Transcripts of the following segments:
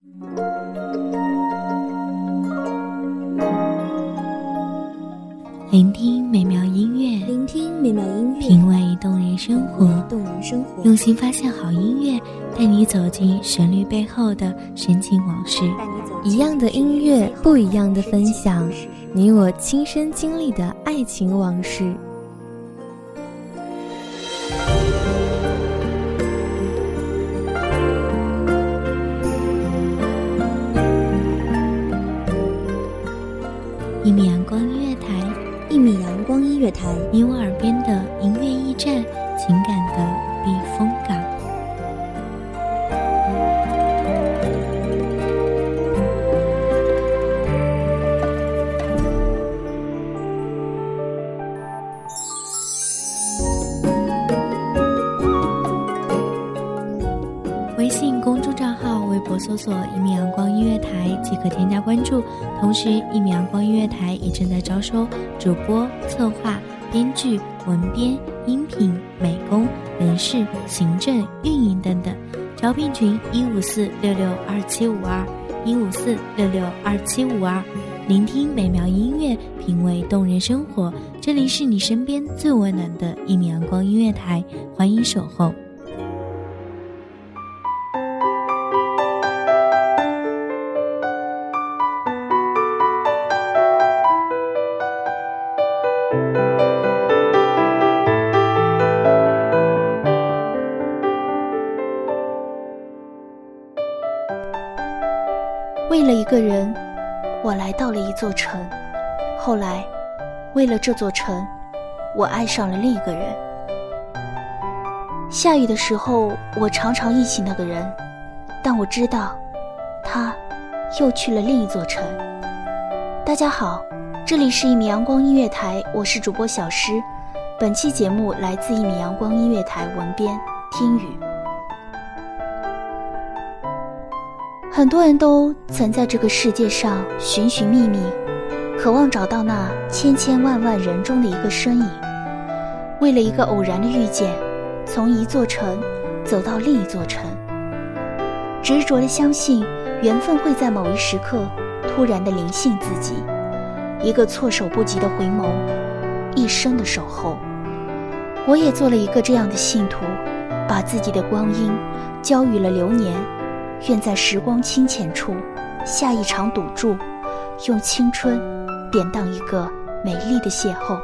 聆听美妙音乐，品味动人生活，用心发现好音乐，带你走进旋律背后的深情往事。 一样的音乐，不一样的分享，你我亲身经历的爱情往事。 一米阳光音乐台， 一米阳光音乐台， 你我耳边的音乐驿站，情感的避风港。微信公众账号、微博搜索一米阳光音乐台即可添加关注。同时，一米阳光音乐台也正在招收主播、策划、编剧、文编、音频、美工、人事、行政、运营等等。招聘群154662752，154662752。聆听美妙音乐，品味动人生活。这里是你身边最温暖的一米阳光音乐台，欢迎守候。 为了一个人，我来到了一座城。后来，为了这座城，我爱上了另一个人。下雨的时候，我常常忆起那个人，但我知道，他又去了另一座城。大家好，这里是一米阳光音乐台，我是主播小诗。本期节目来自一米阳光音乐台文编听雨。很多人都曾在这个世界上寻寻觅觅，渴望找到那千千万万人中的一个身影。为了一个偶然的遇见，从一座城走到另一座城，执着地相信缘分会在某一时刻突然地临幸自己，一个措手不及的回眸，一生的守候。我也做了一个这样的信徒，把自己的光阴交予了流年，愿在时光清浅处下一场赌注，用青春典当一个美丽的邂逅。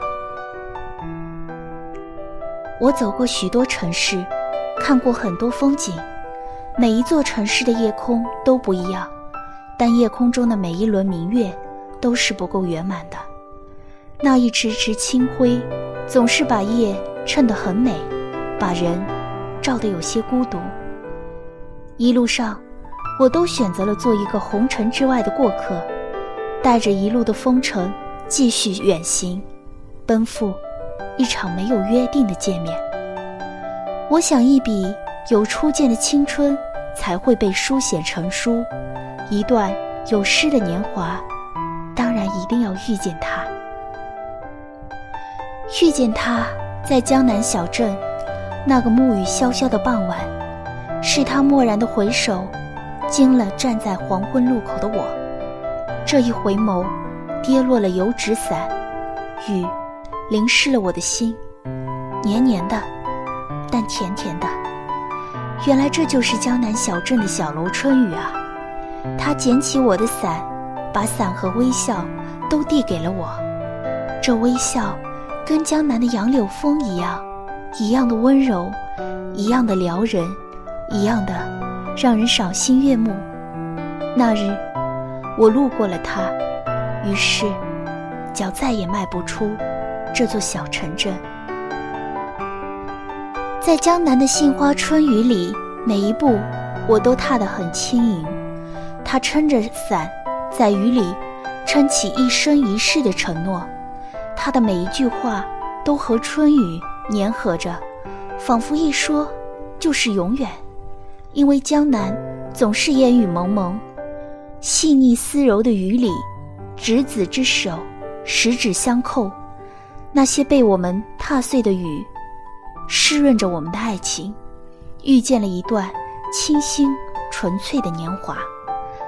我走过许多城市，看过很多风景，每一座城市的夜空都不一样，但夜空中的每一轮明月都是不够圆满的。那一池池清辉总是把夜衬得很美，把人照得有些孤独。一路上我都选择了做一个红尘之外的过客，带着一路的风尘继续远行，奔赴一场没有约定的见面。我想一笔有初见的青春才会被书写成书，一段有诗的年华当然一定要遇见他。遇见他在江南小镇，那个暮雨潇潇的傍晚，是他漠然的回首惊了站在黄昏路口的我。这一回眸跌落了油纸伞，雨淋湿了我的心，黏黏的但甜甜的。原来这就是江南小镇的小楼春雨啊。他捡起我的伞，把伞和微笑都递给了我。这微笑跟江南的杨柳风一样，一样的温柔，一样的撩人，一样的让人赏心悦目。那日我路过了它，于是脚再也迈不出这座小城镇。在江南的杏花春雨里，每一步我都踏得很轻盈。他撑着伞，在雨里撑起一生一世的承诺。他的每一句话都和春雨粘合着，仿佛一说就是永远。因为江南总是烟雨蒙蒙，细腻丝柔的雨里，执子之手，十指相扣，那些被我们踏碎的雨湿润着我们的爱情，遇见了一段清新纯粹的年华。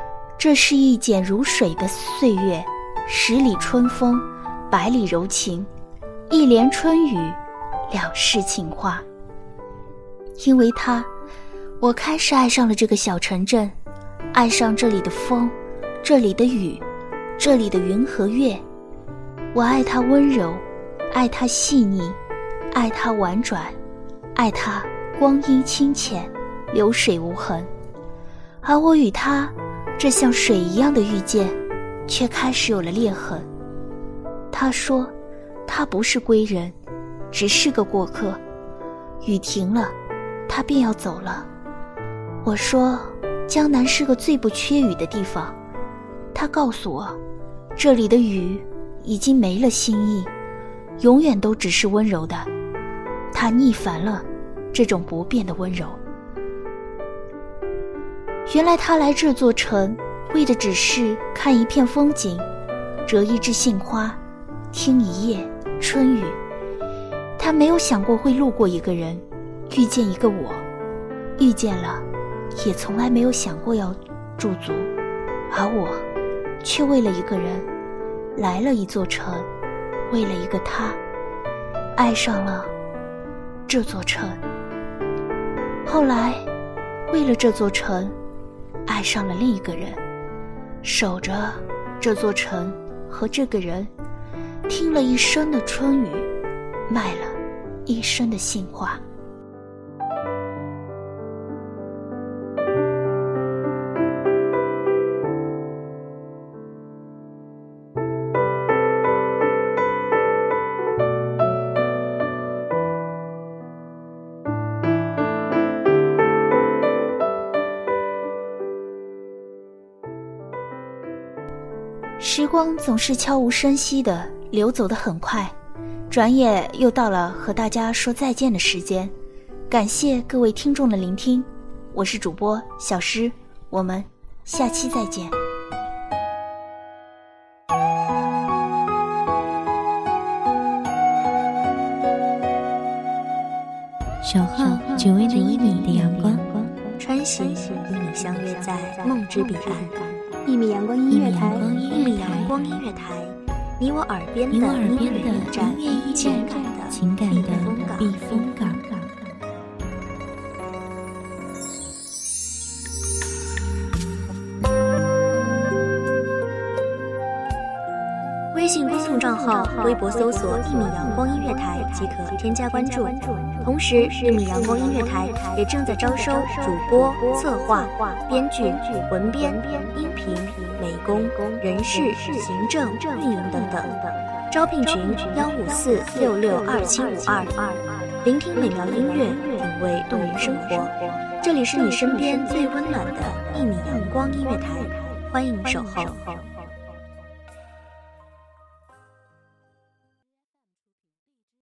这是一剪如水的岁月，10里春风，100里柔情，1帘春雨，2世情话。因为他，我开始爱上了这个小城镇，爱上这里的风，这里的雨，这里的云和月。我爱它温柔，爱它细腻，爱它婉转，爱它光阴清浅，流水无痕。而我与他这像水一样的遇见，却开始有了裂痕。他说他不是归人，只是个过客。雨停了，他便要走了。我说江南是个最不缺雨的地方。他告诉我，这里的雨已经没了新意，永远都只是温柔的。他腻烦了这种不变的温柔。原来他来这座城，为的只是看一片风景，折一枝杏花，听一夜春雨。他没有想过会路过一个人，遇见一个我，遇见了，也从来没有想过要驻足。而我却为了一个人，来了一座城，为了一个他，爱上了这座城。后来为了这座城，爱上了另一个人，守着这座城和这个人，听了一生的春雨，卖了一生的杏花。时光总是悄无声息地流走得很快，转眼又到了和大家说再见的时间。感谢各位听众的聆听，我是主播小诗，我们下期再见。 守候只为那1米的阳光， 穿行与你相约在梦之彼岸。 1米阳光音乐台 ，1米阳光音乐台，你我耳边的音乐驿站， 情感的避风港。 微信公众账号、微博搜索“1米阳光音乐台”即可添加关注。同时，1米阳光音乐台也正在招收主播、策划、编剧、文编、音频、美工、人事、行政、运营等等。招聘群154662752。聆听美妙音乐，品味动人生活。这里是你身边最温暖的1米阳光音乐台，欢迎守候。